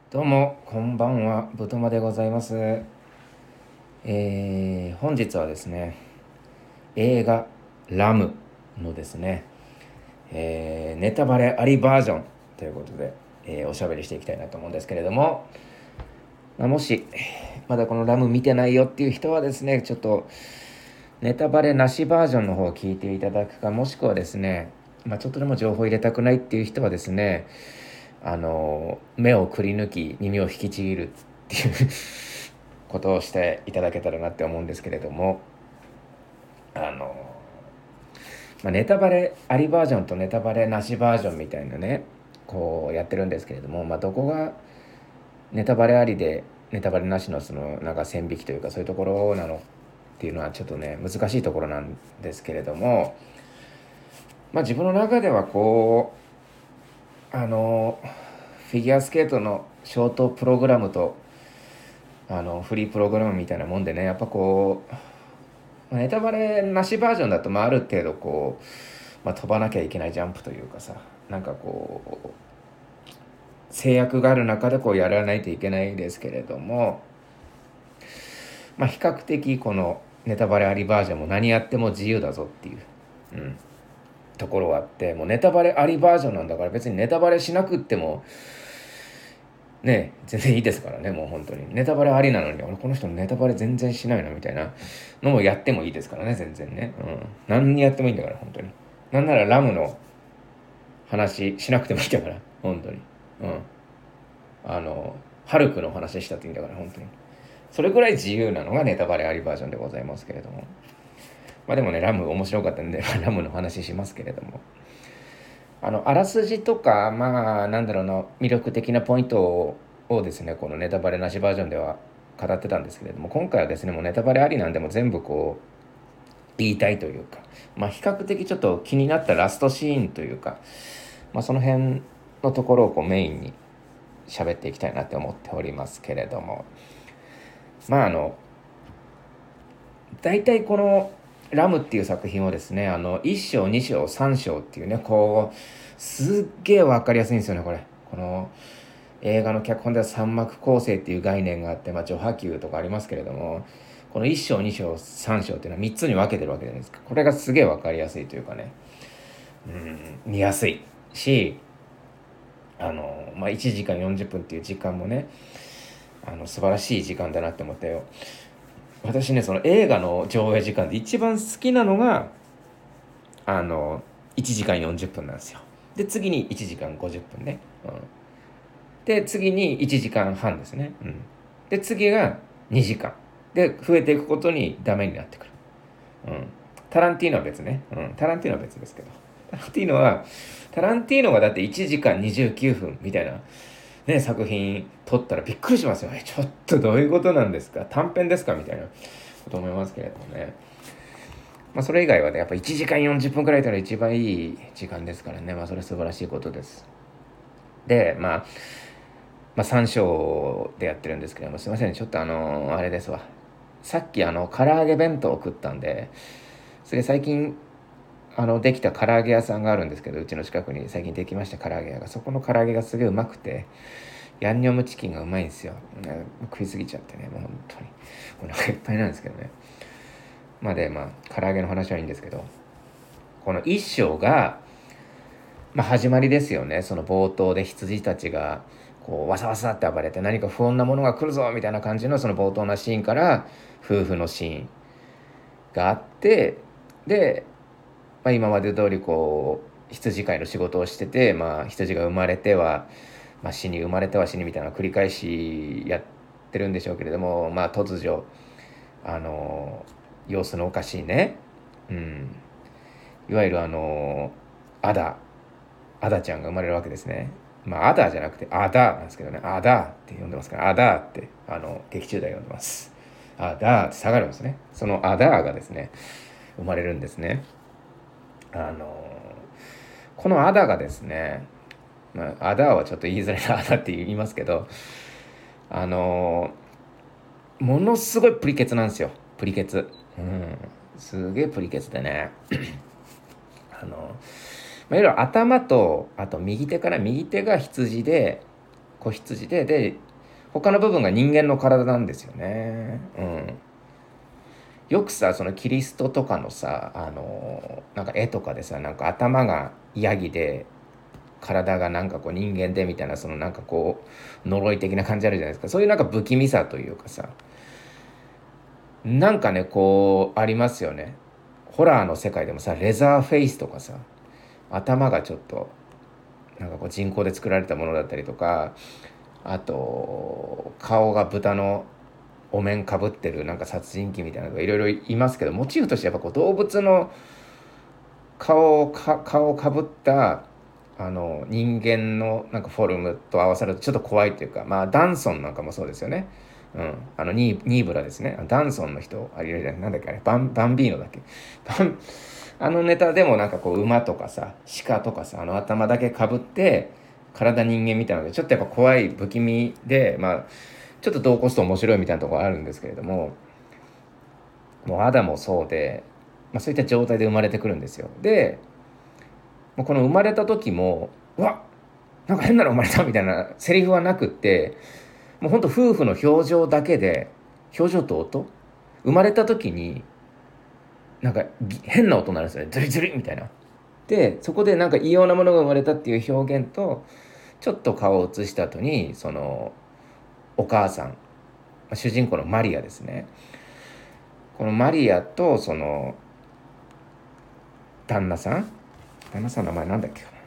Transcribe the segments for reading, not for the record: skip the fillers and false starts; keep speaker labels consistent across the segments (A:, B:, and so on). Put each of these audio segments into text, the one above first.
A: どうもこんばんは、ぶとまでございます。本日はですね、映画ラムのですね、ネタバレありバージョンということで、おしゃべりしていきたいなと思うんですけれども、もしまだこのラム見てないよっていう人はですね、ちょっとネタバレなしバージョンの方を聞いていただくか、もしくはですね、ちょっとでも情報入れたくないっていう人はですね、目をくり抜き耳を引きちぎるっていうことをしていただけたらなって思うんですけれども、あの、ネタバレありバージョンとネタバレなしバージョンみたいなね、こうやってるんですけれども、どこがネタバレありでネタバレなしのそのなんか線引きというか、そういうところなのっていうのはちょっとね難しいところなんですけれども、自分の中ではこうフィギュアスケートのショートプログラムとフリープログラムみたいなもんでね、やっぱこうネタバレなしバージョンだとある程度こう、飛ばなきゃいけないジャンプというかさ、なんかこう制約がある中でこうやらないといけないですけれども、比較的このネタバレありバージョンも何やっても自由だぞっていう、ところがあって、もうネタバレありバージョンなんだから別にネタバレしなくってもね全然いいですからね。もう本当にネタバレありなのに俺この人ネタバレ全然しないのみたいなのもやってもいいですからね、全然ね。何やってもいいんだから本当に。なんならラムの話しなくてもいいんだから本当に。ハルクの話したっていいんだから本当に。それぐらい自由なのがネタバレありバージョンでございますけれども、でもねラム面白かったんでラムの話しますけれども、あらすじとかなんだろうな、魅力的なポイントをですね、このネタバレなしバージョンでは語ってたんですけれども、今回はですねもうネタバレありなんでも全部こう言いたいというか、比較的ちょっと気になったラストシーンというか、その辺のところをこうメインに喋っていきたいなって思っておりますけれども、大体このラムっていう作品をですね、1章2章3章っていうね、こうすっげえ分かりやすいんですよねこれ。この映画の脚本では三幕構成っていう概念があって、序波球とかありますけれども、この1章2章3章っていうのは3つに分けてるわけじゃないですか。これがすげえ分かりやすいというかね、見やすいし、1時間40分っていう時間もね、素晴らしい時間だなって思ったよ。私ね、その映画の上映時間で一番好きなのが1時間40分なんですよ。で次に1時間50分ね、で次に1時間半ですね、で次が2時間で増えていくことにダメになってくる、タランティーノは別ね、タランティーノは別ですけど、タランティーノがだって1時間29分みたいなね作品撮ったらびっくりしますよ。ちょっとどういうことなんですか、短編ですかみたいなこと思いますけれどもね。それ以外はねやっぱ1時間40分くらいたら一番いい時間ですからね。それ素晴らしいことです。で3章でやってるんですけども、すいませんちょっとあれですわ、さっき唐揚げ弁当を食ったんで、それ最近できた唐揚げ屋さんがあるんですけど、うちの近くに最近できました唐揚げ屋が、そこの唐揚げがすげえうまくて、ヤンニョムチキンがうまいんですよ、食いすぎちゃってね、もう本当にお腹いっぱいなんですけどね。唐揚げの話はいいんですけど、この一章が、始まりですよね。その冒頭で羊たちがこうわさわさって暴れて、何か不穏なものが来るぞみたいな感じのその冒頭なシーンから夫婦のシーンがあって、で、今まで通りこう羊飼いの仕事をしてて、羊が生まれては、死に、生まれては死にみたいな繰り返しやってるんでしょうけれども、突如様子のおかしいね、いわゆるアダアダちゃんが生まれるわけですね。アダじゃなくてアダなんですけどね、アダって呼んでますから、アダって劇中で呼んでます。アダって下がるんですね。そのアダがですね生まれるんですね。このアダがですね、アダはちょっと言いづらいな、アダって言いますけど、ものすごいプリケツなんですよ。プリケツ、すげえプリケツでねいわゆる頭と、あと右手が羊で、 子羊で他の部分が人間の体なんですよね。よくさそのキリストとかのさなんか絵とかでさ、なんか頭がヤギで体がなんかこう人間でみたいな、そのなんかこう呪い的な感じあるじゃないですか。そういうなんか不気味さというかさ、なんかねこうありますよね。ホラーの世界でもさ、レザーフェイスとかさ、頭がちょっとなんかこう人工で作られたものだったりとか、あと顔が豚のお面かぶってるなんか殺人鬼みたいなのがいろいろいますけど、モチーフとしてやっぱこう動物の顔をかぶった人間のなんかフォルムと合わさるとちょっと怖いというか、まあダンソンなんかもそうですよね。ニーブラですね。ダンソンの人あれいるじゃない、なんだっけあれ、バンビーノだっけ。ネタでもなんかこう馬とかさ鹿とかさ、頭だけかぶって体人間みたいなのでちょっとやっぱ怖い不気味で、まあちょっと同コスト面白いみたいなところあるんですけれども、もうアダもそうで、まあ、そういった状態で生まれてくるんですよ。でもうこの生まれた時もうわなんか変なの生まれたみたいなセリフはなくって、もうほんと夫婦の表情だけで、表情と音、生まれた時になんか変な音になるんですよね、ズリズリみたいな。でそこでなんか異様なものが生まれたっていう表現と、ちょっと顔を映した後にそのお母さん、主人公のマリアですね、このマリアとその旦那さんの名前なんだっけか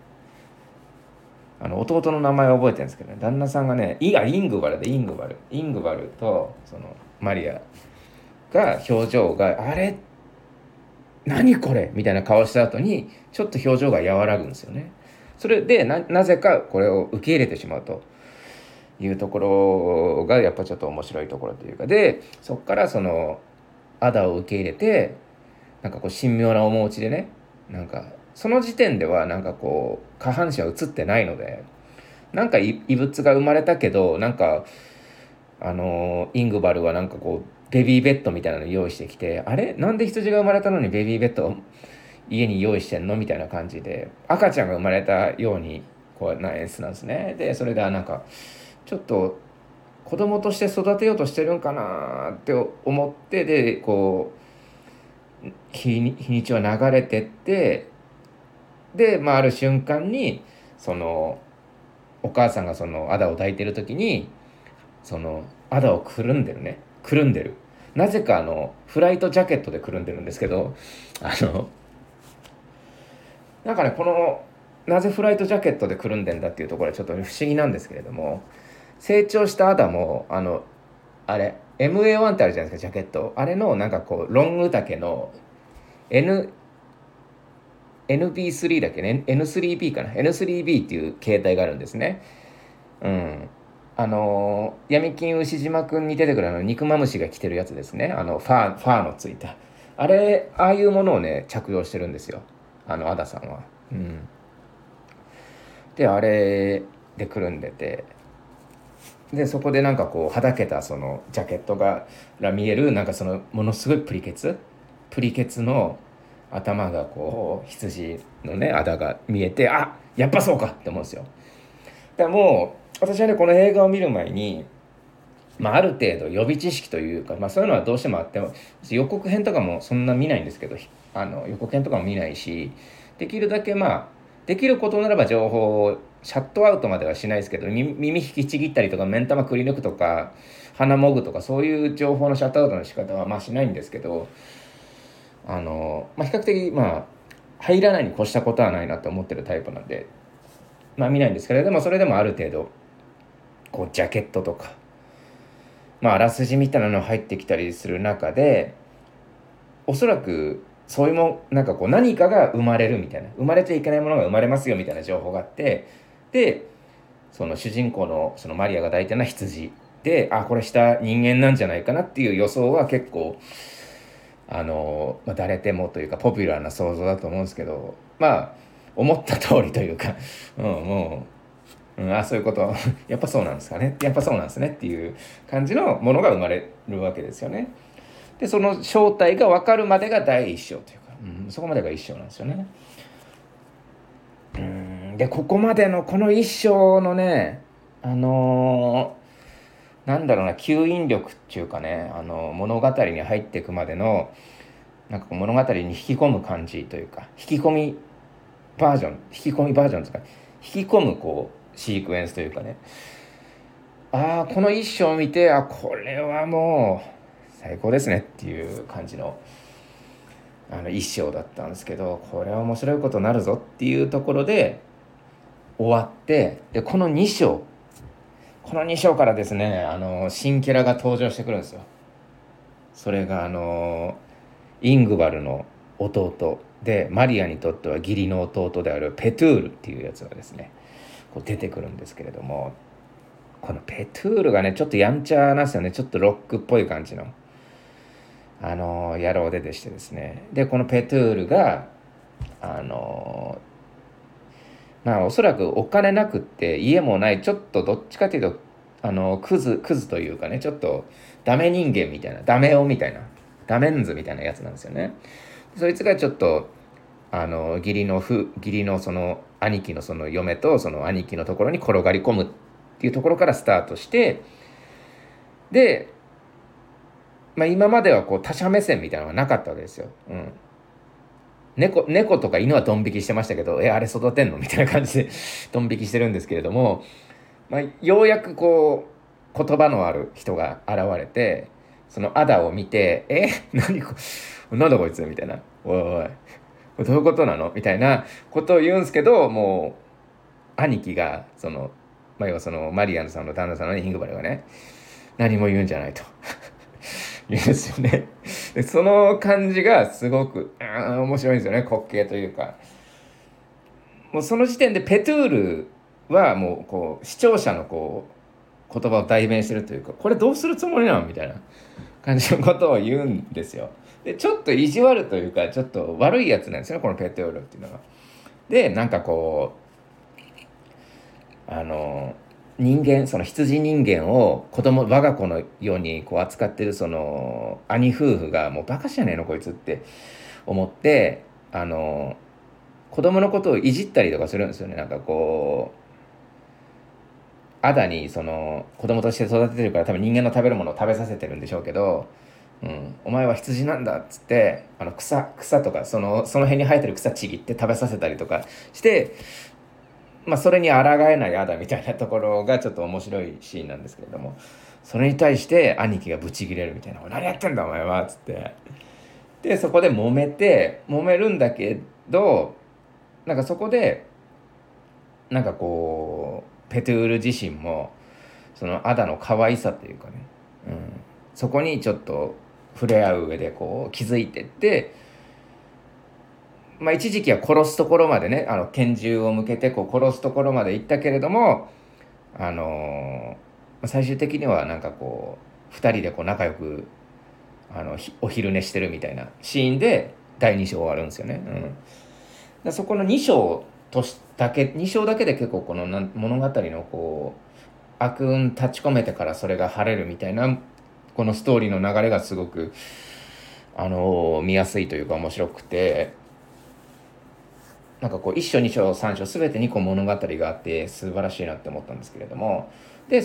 A: な、弟の名前を覚えてるんですけどね、旦那さんがねイングバルとそのマリアが表情があれ何これみたいな顔した後にちょっと表情が和らぐんですよね。それでなぜかこれを受け入れてしまうというところがやっぱちょっと面白いところというか、でそこからそのアダを受け入れて、なんかこう神妙な面持ちでね、なんかその時点ではなんかこう下半身は映ってないので、なんか異物が生まれたけど、なんかイングバルはなんかこうベビーベッドみたいなの用意してきて、あれなんで羊が生まれたのにベビーベッドを家に用意してんのみたいな感じで、赤ちゃんが生まれたようにこうな演出なんですね。でそれでなんかちょっと子供として育てようとしてるんかなって思って、でこう日にちは流れてって、で、まあ、ある瞬間にそのお母さんがそのアダを抱いてる時にそのアダをくるんでる、なぜかフライトジャケットでくるんでるんですけど、なんかねこのなぜフライトジャケットでくるんでんだっていうところはちょっと不思議なんですけれども、成長したアダもあれ MA1 ってあるじゃないですか、ジャケット、あれのなんかこうロング丈の NB3 だっけね、 N3B かな、 N3B っていう形態があるんですね。闇金牛島くんに出てくる肉まむしが着てるやつですね、ファーのついたああいうものをね着用してるんですよ、アダさんは。であれでくるんでて、でそこでなんかこうはだけたそのジャケットが見える、なんかそのものすごいプリケツの頭がこう羊のねあだが見えて、あやっぱそうかって思うんですよ。だからもう私はねこの映画を見る前に、ある程度予備知識というか、そういうのはどうしてもあっても、予告編とかもそんな見ないんですけど、予告編とかも見ないし、できるだけできることならば情報をシャットアウトまではしないですけど、耳引きちぎったりとか目ん玉くり抜くとか鼻もぐとか、そういう情報のシャットアウトの仕方はしないんですけど、比較的入らないに越したことはないなと思ってるタイプなんで、見ないんですけれども、それでもある程度こうジャケットとか、あらすじみたいなの入ってきたりする中で、おそらくそういうなんかこう何かが生まれるみたいな、生まれちゃいけないものが生まれますよみたいな情報があって、でその主人公のそのマリアが抱いてるのは羊で、これ下人間なんじゃないかなっていう予想は結構誰でもというかポピュラーな想像だと思うんですけど、思った通りというか、もう、そういうことやっぱそうなんですかね、やっぱそうなんですねっていう感じのものが生まれるわけですよね。でその正体が分かるまでが第一章というか、そこまでが一章なんですよね。でここまでのこの一章のねなんだろうな、吸引力っていうかね、物語に入っていくまでのなんかこう物語に引き込む感じというか、引き込みバージョンですかね、引き込むこうシークエンスというかね、この一章を見て、これはもう最高ですねっていう感じの一章だったんですけど、これは面白いことになるぞっていうところで終わって、でこの2章からですね、新キャラが登場してくるんですよ。それがイングバルの弟で、マリアにとっては義理の弟であるペトゥールっていうやつがですね、こう出てくるんですけれども、このペトゥールがね、ちょっとやんちゃなんですよね。ちょっとロックっぽい感じの野郎でしてですね。でこのペトゥールがおそらくお金なくって家もない、ちょっとどっちかというとクズというかね、ちょっとダメ人間みたいな、ダメ男みたいな、ダメンズみたいなやつなんですよね。そいつがちょっと義理のその兄貴のその嫁とその兄貴のところに転がり込むっていうところからスタートして、で、今まではこう他者目線みたいなのがなかったわけですよ。猫とか犬はドン引きしてましたけど、あれ育てんのみたいな感じでドン引きしてるんですけれども、ようやくこう言葉のある人が現れて、そのアダを見て、なんだこいつみたいな、おいおいどういうことなのみたいなことを言うんですけど、もう兄貴が要はそのマリアンさんの旦那さんのね、ヒングバルがね、何も言うんじゃないと言うんですよね。でその感じがすごく面白いんですよね、滑稽というか。もうその時点でペトゥールはもうこう視聴者のこう言葉を代弁してるというか、これどうするつもりなのみたいな感じのことを言うんですよ。でちょっと意地悪というか、ちょっと悪いやつなんですよね、このペトゥールっていうのが。でなんかこうその羊人間を我が子のようにこう扱ってるその兄夫婦が、もうバカじゃねえのこいつって思って、子供のことをいじったりとかするんですよね。なんかこうアダにその子供として育ててるから、多分人間の食べるものを食べさせてるんでしょうけど、お前は羊なんだっつって草とかその辺に生えてる草ちぎって食べさせたりとかして、それに抗えないアダみたいなところがちょっと面白いシーンなんですけれども、それに対して兄貴がブチギレるみたいな「何やってんだお前は」っつって、でそこで揉めるんだけど、なんかそこでなんかこうペトゥール自身もそのアダの可愛さというかね、そこにちょっと触れ合う上でこう気づいてって、一時期は殺すところまでね、拳銃を向けてこう殺すところまで行ったけれども、最終的にはなんかこう2人でこう仲良くお昼寝してるみたいなシーンで第2章終わるんですよね。そこの2章2章だけで結構この物語のこう悪運立ち込めてからそれが晴れるみたいな、このストーリーの流れがすごく見やすいというか面白くて、なんかこう1章2章3章全てにこう物語があって素晴らしいなって思ったんですけれども、で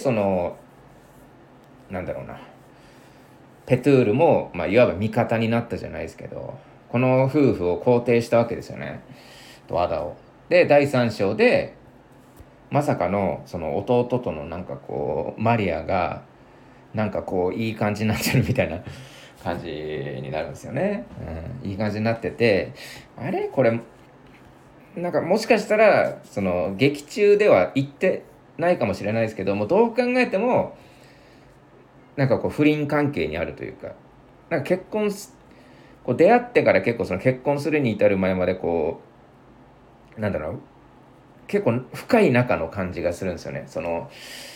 A: なんだろうな、ペトゥールも、いわば味方になったじゃないですけど、この夫婦を肯定したわけですよね、アダを。で第3章でまさかのその弟とのなんかこうマリアがなんかこういい感じになってるみたいな感じになるんですよね。いい感じになってて、これなんかもしかしたらその劇中では言ってないかもしれないですけども、どう考えてもなんかこう不倫関係にあるというか、なんかこう出会ってから結構その結婚するに至る前までこうなんだろう、結構深い仲の感じがするんですよね。その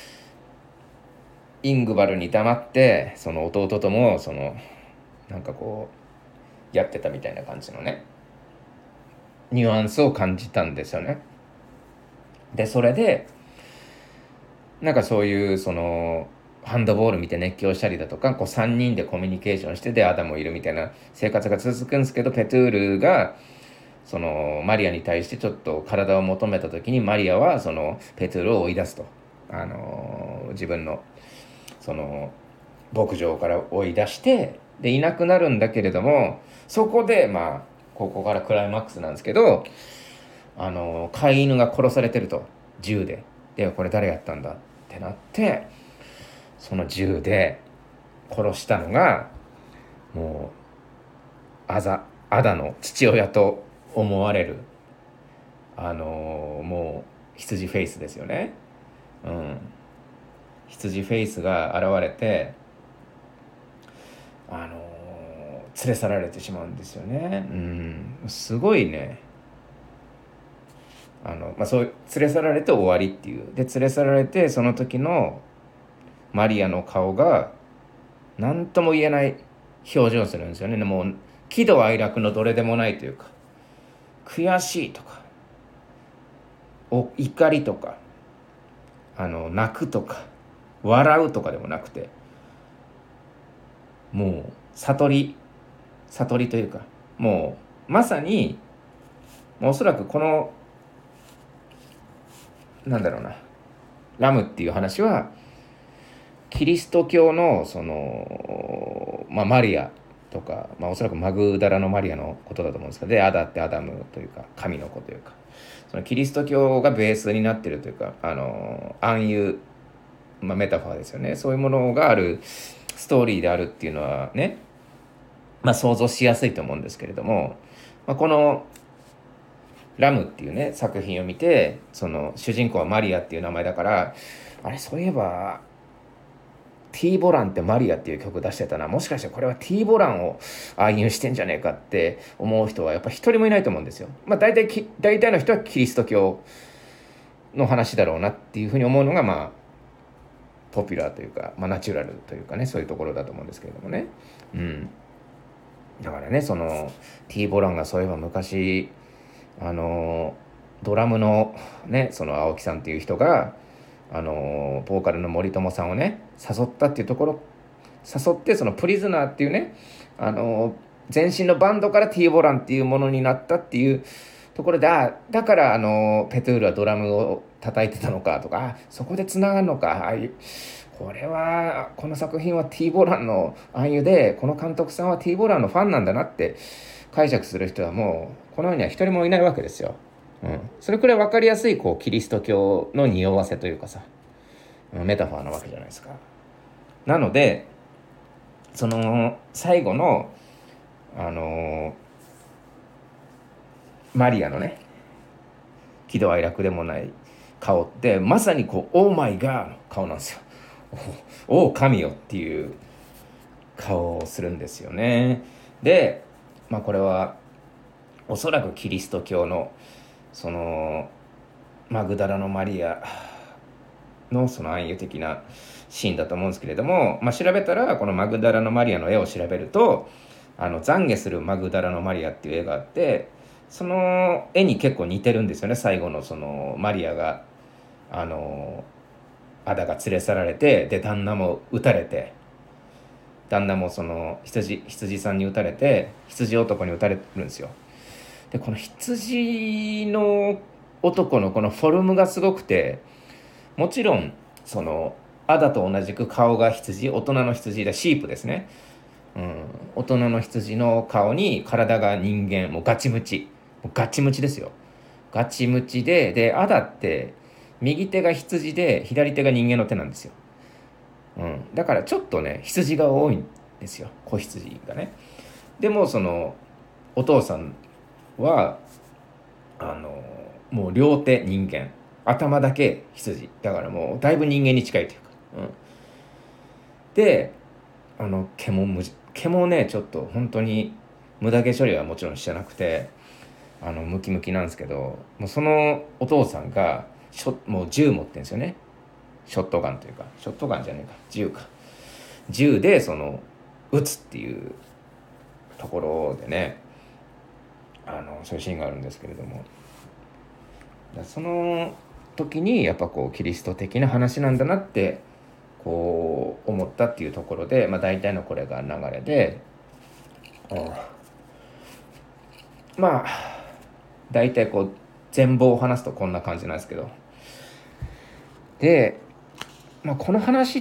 A: イングバルに黙ってその弟ともなんかこうやってたみたいな感じのねニュアンスを感じたんですよね。でそれでなんかそういうハンドボール見て熱狂したりだとか、こう3人でコミュニケーションしてでアダもいるみたいな生活が続くんですけど、ペトゥールがそのマリアに対してちょっと体を求めた時にマリアはそのペトゥールを追い出すと。 自分のその牧場から追い出して、でいなくなるんだけれども、そこでここからクライマックスなんですけど、飼い犬が殺されてると、銃で。でこれ誰やったんだってなって、その銃で殺したのがもうアダの父親と思われるもう羊フェイスですよね。羊フェイスが現れて連れ去られてしまうんですよね。すごいね。そう連れ去られて終わりっていう。で連れ去られて、その時のマリアの顔が何とも言えない表情をするんですよね。もう喜怒哀楽のどれでもないというか、悔しいとか怒りとか泣くとか笑うとかでもなくて、もう悟りというか、もうまさにおそらくこのラムっていう話はキリスト教のその、マリアとか、おそらくマグダラのマリアのことだと思うんですけど、でアダってアダムというか神の子というか、そのキリスト教がベースになっているというか、暗喩、メタファーですよね。そういうものがあるストーリーであるっていうのはね、想像しやすいと思うんですけれども、このラムっていうね作品を見て、その主人公はマリアっていう名前だから、あれそういえばティーボランってマリアっていう曲出してたな、もしかしてこれはティーボランを暗喩してんじゃねえかって思う人はやっぱ一人もいないと思うんですよ。大体の人はキリスト教の話だろうなっていうふうに思うのがポピュラーというか、ナチュラルというかね、そういうところだと思うんですけれどもね。だからね、そのティーボランがそういえば昔ドラムのね、その青木さんっていう人がボーカルの森友さんをね誘ったっていうところ、誘ってそのプリズナーっていうね前身のバンドからティーボランっていうものになったっていうところで、だからペトゥールはドラムを叩いてたのかとか、そこでつながるのか、この作品はティーボランの暗喩で、この監督さんはティーボランのファンなんだなって解釈する人はもうこの世には一人もいないわけですよ。それくらい分かりやすいキリスト教の匂わせというかさ、メタファーなわけじゃないですか。なのでその最後のマリアのね喜怒哀楽でもない顔ってまさにオーマイガーの顔なんですよ。お神よっていう顔をするんですよね。でこれはおそらくキリスト教のそのマグダラのマリアのその暗喩的なシーンだと思うんですけれども、調べたらこのマグダラのマリアの絵を調べると懺悔するマグダラのマリアっていう絵があって、その絵に結構似てるんですよね。最後のそのマリアがアダが連れ去られて、で旦那も撃たれて、旦那もその羊さんに撃たれて、羊男に撃たれるんですよ。でこの羊の男のこのフォルムがすごくて、もちろんそのアダと同じく顔が羊、大人の羊でシープですね。大人の羊の顔に体が人間、もうガチムチですよ。ガチムチでアダって右手が羊で左手が人間の手なんですよ。だからちょっとね羊が多いんですよ、子羊がね。でもそのお父さんはもう両手人間、頭だけ羊だから、もうだいぶ人間に近いというか、で毛もねちょっと本当に無駄毛処理はもちろんしてなくてムキムキなんですけど、もうそのお父さんがもう銃持ってるんですよね。ショットガンというか、ショットガンじゃねえか、銃でその撃つっていうところでね、そういうシーンがあるんですけれども、その時にやっぱキリスト的な話なんだなって思ったっていうところで、大体のこれが流れで、大体全貌を話すとこんな感じなんですけど、でこの話って、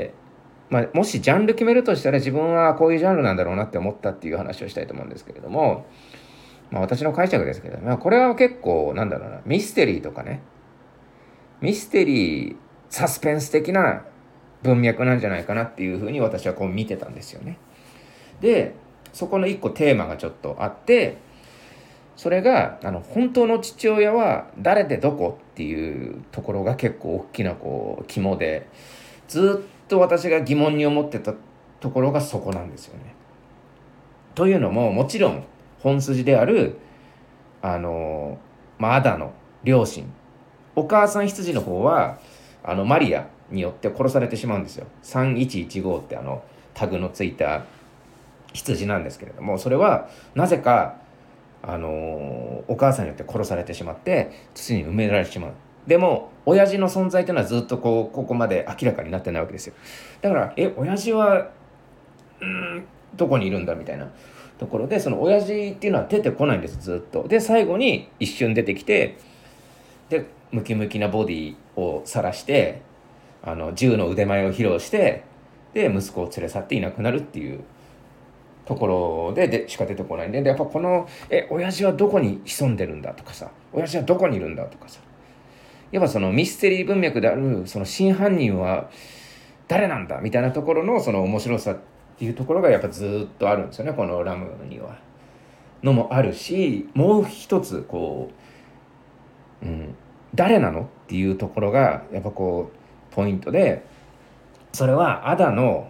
A: もしジャンル決めるとしたら自分はこういうジャンルなんだろうなって思ったっていう話をしたいと思うんですけれども、私の解釈ですけど、これは結構ミステリーとかね、ミステリーサスペンス的な文脈なんじゃないかなっていうふうに私はこう見てたんですよね。でそこの一個テーマがちょっとあって、それが本当の父親は誰でどこっていうところが結構大きなこう肝で、ずっと私が疑問に思ってたところがそこなんですよね。というのも、もちろん本筋であるアダの両親、お母さん羊の方はマリアによって殺されてしまうんですよ。3115ってタグのついた羊なんですけれども、それはなぜかお母さんによって殺されてしまって土に埋められてしまう。でも親父の存在というのはずっとここまで明らかになってないわけですよ。だから親父はどこにいるんだみたいなところで、その親父っていうのは出てこないんです、ずっと。で最後に一瞬出てきて、でムキムキなボディを晒して銃の腕前を披露して、で息子を連れ去っていなくなるっていうところでしか出てこないんで、やっぱこの親父はどこに潜んでるんだとかさ、親父はどこにいるんだとかさ、やっぱそのミステリー文脈であるその真犯人は誰なんだみたいなところのその面白さっていうところがやっぱずっとあるんですよね、このラムには。のもあるし、もう一つこう、誰なのっていうところがやっぱこうポイントで、それはアダの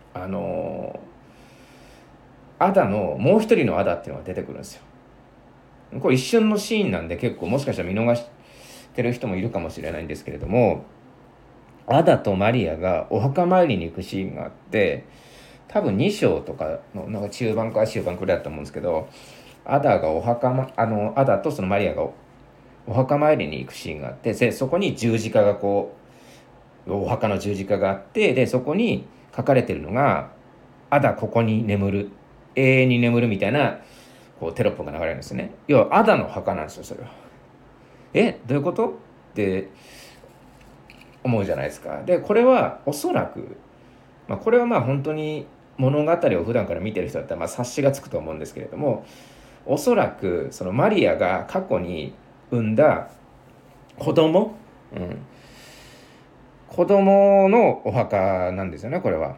A: もう一人のアダっていうのが出てくるんですよ。これ一瞬のシーンなんで結構もしかしたら見逃してる人もいるかもしれないんですけれども、アダとマリアがお墓参りに行くシーンがあって、多分2章とかのなんか中盤か終盤くらいだと思うんですけど、アダとそのマリアがお墓参りに行くシーンがあって、でそこに十字架がお墓の十字架があって、でそこに書かれてるのがアダここに眠る、永遠に眠るみたいなこうテロップが流れるんですね。要はアダの墓なんですよ、それは。どういうことって思うじゃないですか。でこれはおそらく、これは本当に物語を普段から見てる人だったら察しがつくと思うんですけれども、おそらくそのマリアが過去に産んだ子供、子供のお墓なんですよね、これは。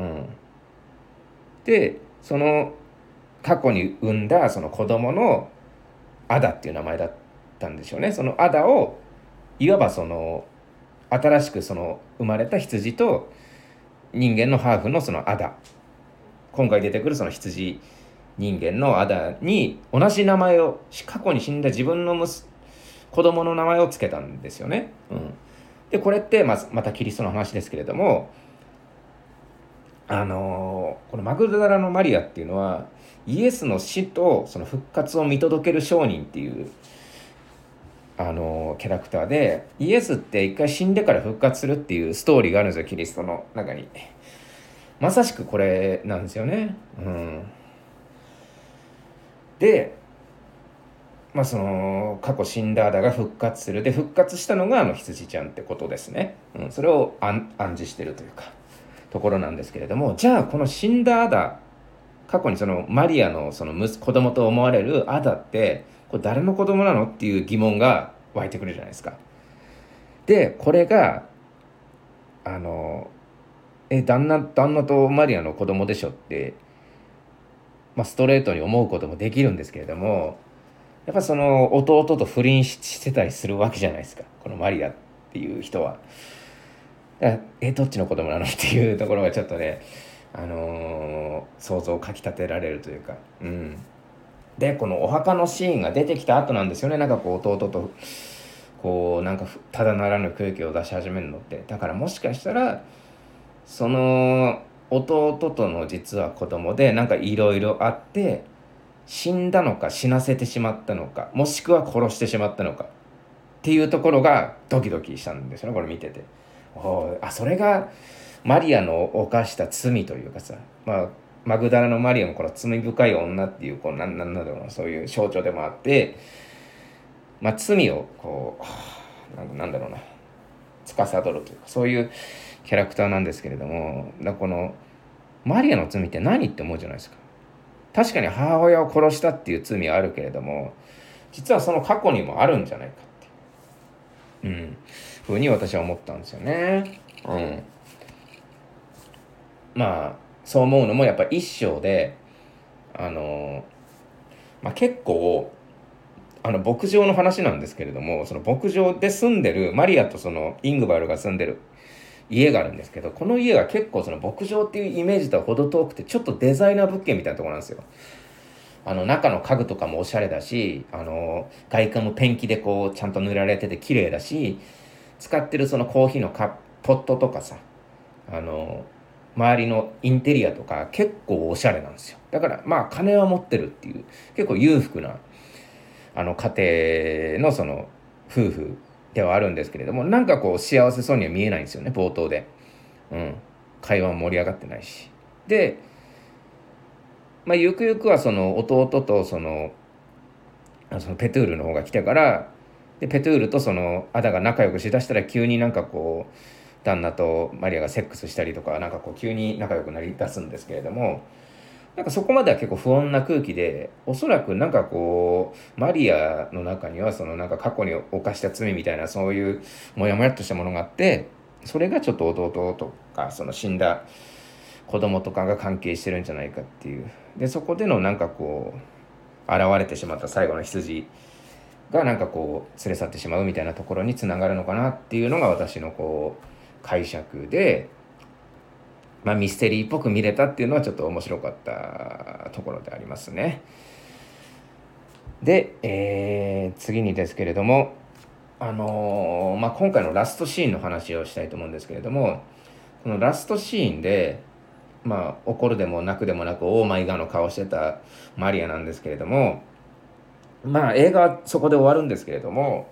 A: でその過去に産んだその子供のアダっていう名前だったんでしょうね。そのアダをいわばその新しくその生まれた羊と人間のハーフのそのアダ、今回出てくるその羊人間のアダに同じ名前を、過去に死んだ自分の子供の名前をつけたんですよね。でこれってまたキリストの話ですけれども、このマグダラのマリアっていうのはイエスの死とその復活を見届ける商人っていうキャラクターで、イエスって一回死んでから復活するっていうストーリーがあるんですよ、キリストの中に。まさしくこれなんですよね。でその過去死んだアダが復活する、で復活したのが羊ちゃんってことですね。それを暗示してるというかところなんですけれども、じゃあこの死んだアダ、過去にそのマリアのその子供と思われるアダってこれ誰の子供なのっていう疑問が湧いてくるじゃないですか。でこれが旦那とマリアの子供でしょって、ストレートに思うこともできるんですけれども、やっぱその弟と不倫してたりするわけじゃないですか、このマリアっていう人は。だからどっちの子供なのっていうところがちょっとね、想像をかきたてられるというか、でこのお墓のシーンが出てきた後なんですよね。なんかこう弟とこうなんかただならぬ空気を出し始めるのって。だからもしかしたらその弟との実は子供でなんかいろいろあって死んだのか死なせてしまったのか、もしくは殺してしまったのかっていうところがドキドキしたんですよね、これ見てて。それがマリアの犯した罪というかさ、マグダラのマリアもこの罪深い女っていうなんだろうな、そういう象徴でもあって、罪をこうなんだろうな、司るというか、そういうキャラクターなんですけれども、このマリアの罪って何って思うじゃないですか。確かに母親を殺したっていう罪はあるけれども、実はその過去にもあるんじゃないかっていう、ふうに私は思ったんですよね。まあそう思うのもやっぱ一章で結構牧場の話なんですけれども、その牧場で住んでるマリアとそのイングバルが住んでる家があるんですけど、この家が結構その牧場っていうイメージとは程遠くて、ちょっとデザイナー物件みたいなところなんですよ。中の家具とかもおしゃれだし、外観もペンキでこうちゃんと塗られてて綺麗だし、使ってるそのコーヒーのポットとかさ、周りのインテリアとか結構おしゃれなんですよ。だからまあ金は持ってるっていう、結構裕福な家庭のその夫婦ではあるんですけれども、なんかこう幸せそうには見えないんですよね、冒頭で。会話も盛り上がってないし。で、ゆくゆくはその弟とそのペトゥールの方が来てから、でペトゥールとそのアダが仲良くしだしたら、急になんかこう旦那とマリアがセックスしたりとか、なんかこう急に仲良くなりだすんですけれども、なんかそこまでは結構不穏な空気で、おそらくなんかこうマリアの中にはそのなんか過去に犯した罪みたいな、そういうモヤモヤっとしたものがあって、それがちょっと弟とかその死んだ子供とかが関係してるんじゃないかっていう。でそこでのなんかこう現れてしまった最後の羊がなんかこう連れ去ってしまうみたいなところにつながるのかなっていうのが私のこう解釈で、ミステリーっぽく見れたっていうのはちょっと面白かったところでありますね。で、次にですけれども、今回のラストシーンの話をしたいと思うんですけれども、このラストシーンで怒るでも泣くでもなくオーマイガーの顔してたマリアなんですけれども、映画はそこで終わるんですけれども、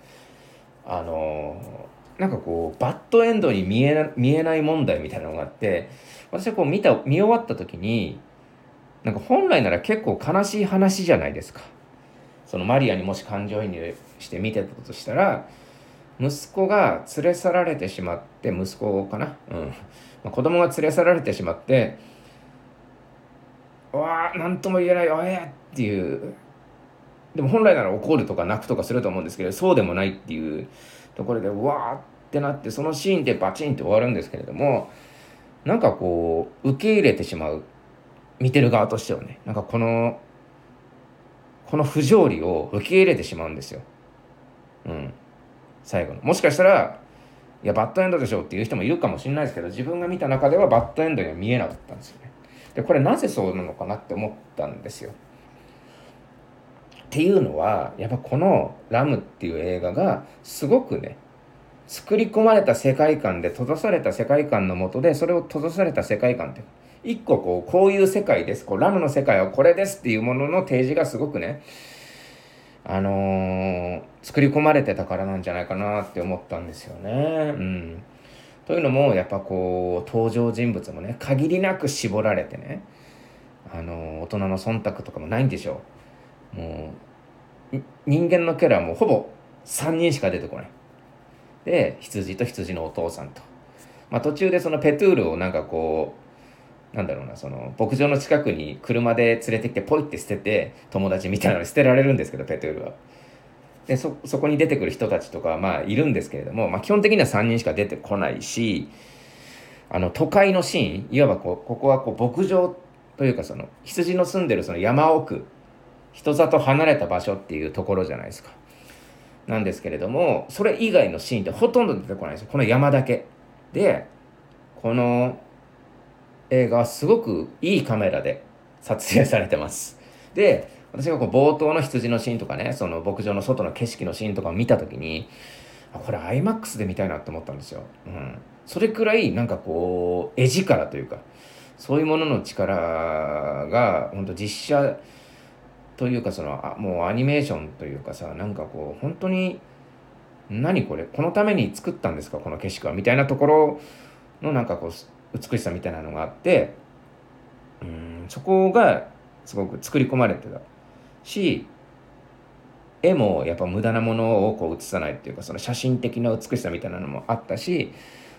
A: なんかこうバッドエンドに見えない問題みたいなのがあって、私はこう見終わった時に、なんか本来なら結構悲しい話じゃないですか。そのマリアにもし感情移入して見てたとしたら、息子が連れ去られてしまって、息子かな、子供が連れ去られてしまって、わあなんとも言えないおえっていう。でも本来なら怒るとか泣くとかすると思うんですけど、そうでもないっていうところでわーってなって、そのシーンでバチンって終わるんですけれども、なんかこう受け入れてしまう、見てる側としてはね、なんかこの不条理を受け入れてしまうんですよ。最後の、もしかしたらいやバッドエンドでしょっていう人もいるかもしれないですけど、自分が見た中ではバッドエンドには見えなかったんですよね。でこれなぜそうなのかなって思ったんですよ。っていうのはやっぱこの「ラム」っていう映画がすごくね、作り込まれた世界観で、閉ざされた世界観の下で、それを閉ざされた世界観って一個こういう世界です、ラムの世界はこれですっていうものの提示がすごくね、作り込まれてたからなんじゃないかなって思ったんですよね。というのもやっぱこう登場人物もね、限りなく絞られてね、大人の忖度とかもないんでしょう。もう人間のキャラはもうほぼ3人しか出てこない。で羊と羊のお父さんと、途中でそのペトゥールをなんかこうなんだろうな、その牧場の近くに車で連れてきてポイって捨てて、友達みたいなのに捨てられるんですけど、ペトゥールは。でそこに出てくる人たちとかはいるんですけれども、基本的には3人しか出てこないし、都会のシーン、いわばここは牧場というか、その羊の住んでるその山奥、人里離れた場所っていうところじゃないですか。なんですけれども、それ以外のシーンってほとんど出てこないんですよ。この山だけで、この映画はすごくいいカメラで撮影されてます。で私が冒頭の羊のシーンとかね、その牧場の外の景色のシーンとかを見た時に、これ IMAX で見たいなって思ったんですよ。それくらいなんかこう絵力というか、そういうものの力が本当実写というか、そのもうアニメーションというかさ、なんかこう本当に何これ、このために作ったんですかこの景色はみたいなところのなんかこう美しさみたいなのがあって、そこがすごく作り込まれてたし、絵もやっぱ無駄なものをこう映さないっていうか、その写真的な美しさみたいなのもあったし、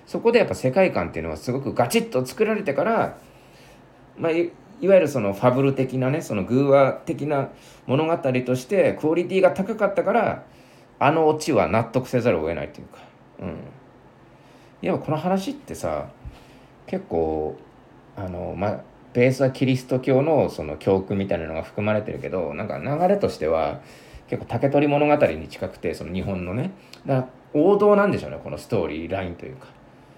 A: そこでやっぱ世界観っていうのはすごくガチッと作られてから、いわゆるそのファブル的なね、その偶話的な物語としてクオリティが高かったから、あのオチは納得せざるを得ないというか、いやこの話ってさ、結構ベースはキリスト教のその教訓みたいなのが含まれてるけど、なんか流れとしては結構竹取物語に近くて、その日本のね、だから王道なんでしょうね、このストーリーラインというか。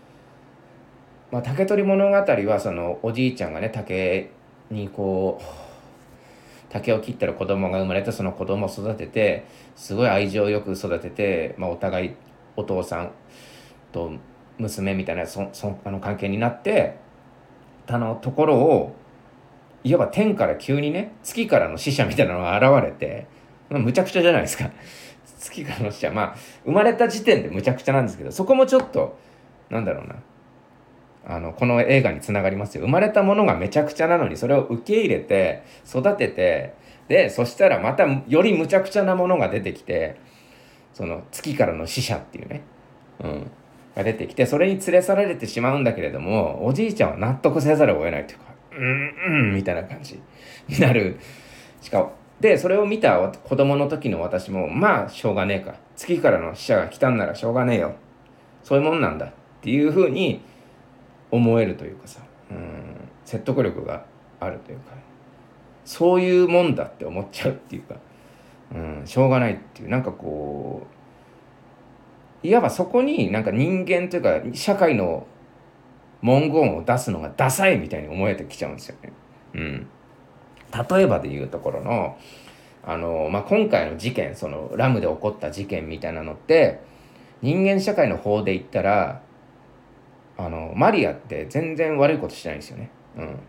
A: 竹取物語はそのおじいちゃんがね、竹にこう竹を切ったら子供が生まれて、その子供を育ててすごい愛情よく育てて、お互いお父さんと娘みたいな関係になって、ところをいわば天から急にね、月からの使者みたいなのが現れて、むちゃくちゃじゃないですか。月からの使者、生まれた時点でむちゃくちゃなんですけど、そこもちょっとなんだろうな、この映画につながりますよ。生まれたものがめちゃくちゃなのに、それを受け入れて育てて、でそしたらまたよりむちゃくちゃなものが出てきて、その月からの使者っていうね、が出てきて、それに連れ去られてしまうんだけれども、おじいちゃんは納得せざるを得ないというか、みたいな感じになる。でそれを見た子供の時の私も、しょうがねえか、月からの使者が来たんならしょうがねえよ、そういうもんなんだっていうふうに思えるというかさ、説得力があるというか、そういうもんだって思っちゃうっていうか、しょうがないっていう、なんかこういわばそこになんか人間というか社会の文言を出すのがダサいみたいに思えてきちゃうんですよね。例えばでいうところの今回の事件、そのラムで起こった事件みたいなのって、人間社会の方で言ったらマリアって全然悪いことしてないんですよね。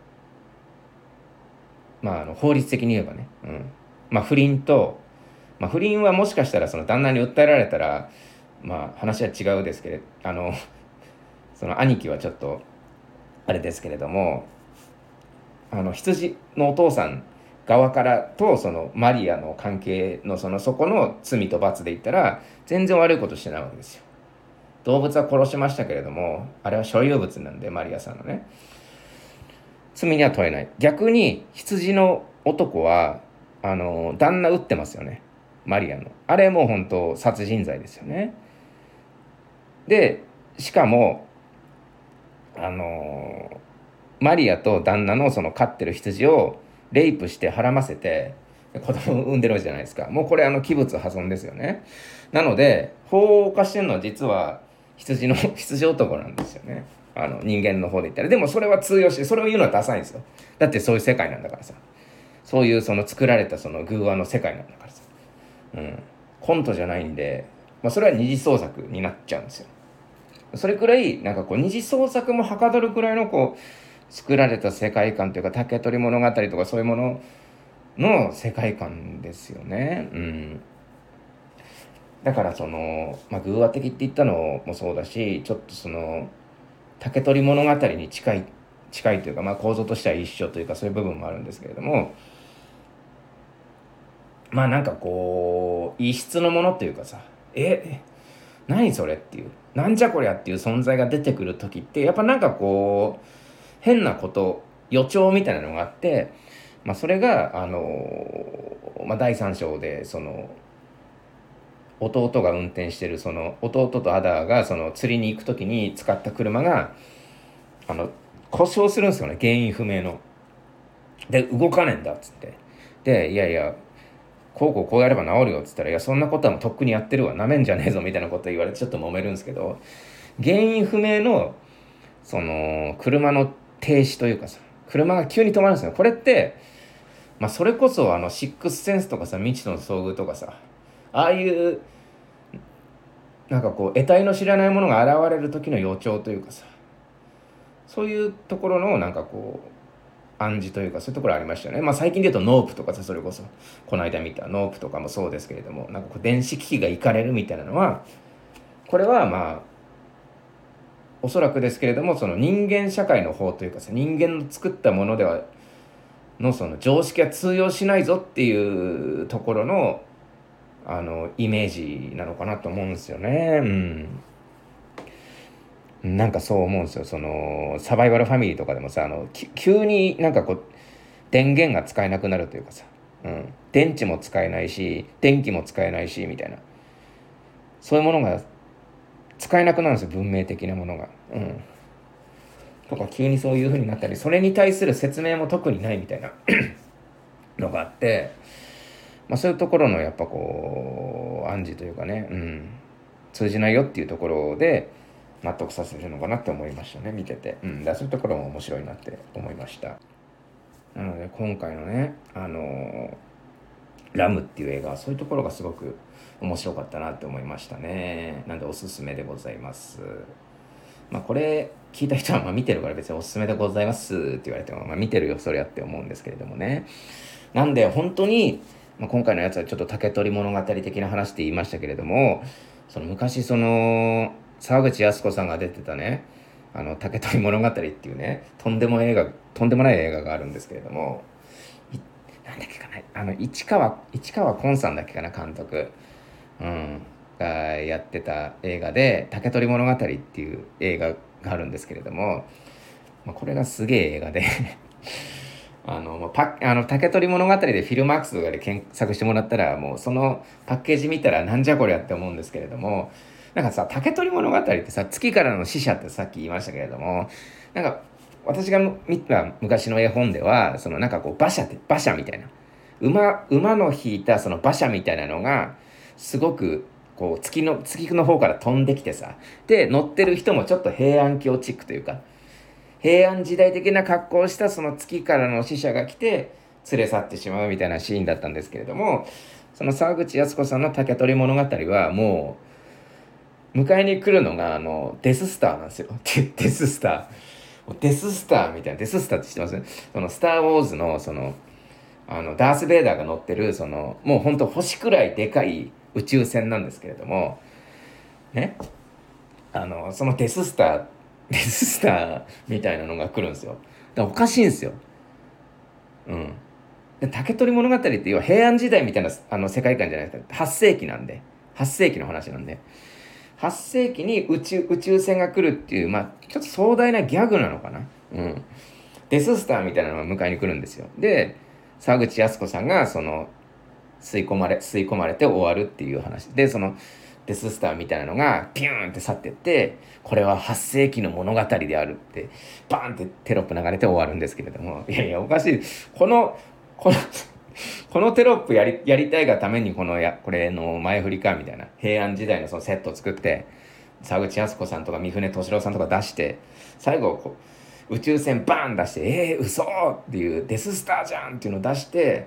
A: 法律的に言えばね、不倫と、不倫はもしかしたらその旦那に訴えられたら話は違うですけれど、その兄貴はちょっとあれですけれども、羊のお父さん側からとそのマリアの関係のそこの罪と罰で言ったら全然悪いことしてないわけですよ。動物は殺しましたけれども、あれは所有物なんで、マリアさんのね、罪には問えない。逆に羊の男は旦那撃ってますよね、マリアの。あれもう本当殺人罪ですよね。でしかもマリアと旦那のその飼ってる羊をレイプして孕ませて子供を産んでるわけじゃないですか。もうこれ器物破損ですよね。なので法を犯してるのは実は羊男なんですよね。人間の方で言ったら。でもそれは通用して、それを言うのはダサいんですよ。だってそういう世界なんだからさ。そういうその作られたその偶話の世界なんだからさ。コントじゃないんで、それは二次創作になっちゃうんですよ。それくらいなんかこう二次創作もはかどるくらいのこう作られた世界観というか、竹取物語とかそういうものの世界観ですよね。だからその、偶話的って言ったのもそうだし、ちょっとその竹取物語に近いというか、構造としては一緒というか、そういう部分もあるんですけれども、なんかこう異質のものというかさ、何それっていう、なんじゃこりゃっていう存在が出てくる時って、やっぱなんかこう変なこと、予兆みたいなのがあって、それが第三章でその弟が運転してる、その弟とアダーがその釣りに行く時に使った車が故障するんですよね、原因不明の。で動かねえんだっつって、でいやいやこうやれば治るよっつったら、いやそんなことはもうとっくにやってるわ、なめんじゃねえぞみたいなこと言われてちょっと揉めるんですけど、原因不明のその車の停止というかさ、車が急に止まるんですよ。これって、それこそシックスセンスとかさ、未知との遭遇とかさ、ああいうなんかこう得体の知らないものが現れる時の予兆というかさ、そういうところのなんかこう暗示というか、そういうところありましたよね。最近で言うとノープとかさ、それこそこの間見たノープとかもそうですけれども、なんかこう電子機器がいかれるみたいなのは、これはおそらくですけれども、その人間社会の方というかさ、人間の作ったものではのその常識は通用しないぞっていうところのイメージなのかなと思うんですよね。 なんかそう思うんですよ。サバイバルファミリーとかでもさ、急になんかこう電源が使えなくなるというかさ、電池も使えないし電気も使えないしみたいな、そういうものが使えなくなるんですよ、文明的なものが。とか急にそういう風になったり、それに対する説明も特にないみたいなのがあって、そういうところのやっぱこう暗示というかね、通じないよっていうところで納得させるのかなって思いましたね、見てて。だそういうところも面白いなって思いました。なので今回のね、ラムっていう映画はそういうところがすごく面白かったなって思いましたね。なんでおすすめでございます。これ聞いた人は見てるから別におすすめでございますって言われても、見てるよそれやって思うんですけれどもね。なんで本当に、今回のやつはちょっと竹取物語的な話って言いましたけれども、昔沢口靖子さんが出てたね、竹取物語っていうね、とんでもない映画があるんですけれども、なんだっけかな、市川崑さんだっけかな、監督、がやってた映画で竹取物語っていう映画があるんですけれども、これがすげえ映画で竹取物語でフィルマークスとかで検索してもらったら、もうそのパッケージ見たらなんじゃこりゃって思うんですけれども、なんかさ、竹取物語ってさ、月からの使者ってさっき言いましたけれども、なんか私が見た昔の絵本では、なんかこう馬車みたいな、馬の引いたその馬車みたいなのがすごくこう月の方から飛んできてさ、で乗ってる人もちょっと平安京チックというか、平安時代的な格好をしたその月からの使者が来て連れ去ってしまうみたいなシーンだったんですけれども、その沢口靖子さんの竹取物語はもう迎えに来るのがデススターなんですよ。デススター、デススターみたいな、デススターって知ってます？スター・ウォーズのダース・ベイダーが乗ってるもうほんと星くらいでかい宇宙船なんですけれどもね、そのデススターみたいなのが来るんですよ。だからおかしいんですよ。で竹取物語って要は平安時代みたいな世界観じゃないですか。8世紀なんで、8世紀の話なんで、8世紀に宇宙船が来るっていう、ちょっと壮大なギャグなのかな。デススターみたいなのが迎えに来るんですよ。で沢口靖子さんが吸い込まれて終わるっていう話で、デススターみたいなのがピューンって去ってって、これは8世紀の物語であるってバーンってテロップ流れて終わるんですけれども、いやいやおかしい、このこのテロップやりたいがためにこれの前振りかみたいな、平安時代のそのセットを作って沢口靖子さんとか三船敏郎さんとか出して、最後宇宙船バーン出して嘘っていうデススターじゃんっていうのを出して、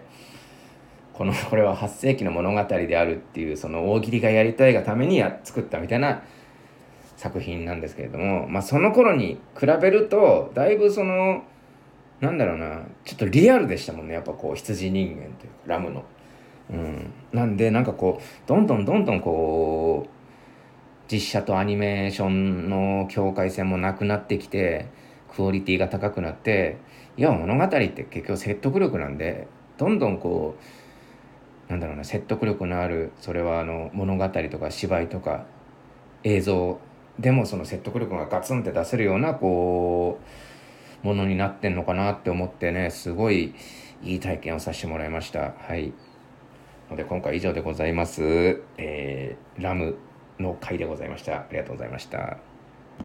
A: これは8世紀の物語であるっていうその大喜利がやりたいがために作ったみたいな作品なんですけれども、その頃に比べるとだいぶなんだろうな、ちょっとリアルでしたもんね、やっぱ羊人間というかラムの。なんでなんかどんどん実写とアニメーションの境界線もなくなってきて、クオリティが高くなって、いや物語って結局説得力なんで、どんどんなんだろうな、説得力のある、それは物語とか芝居とか映像でもその説得力がガツンって出せるようなものになってんのかなって思ってね、すごいいい体験をさせてもらいました。はい。ので今回以上でございます。ラムの回でございました。ありがとうございました。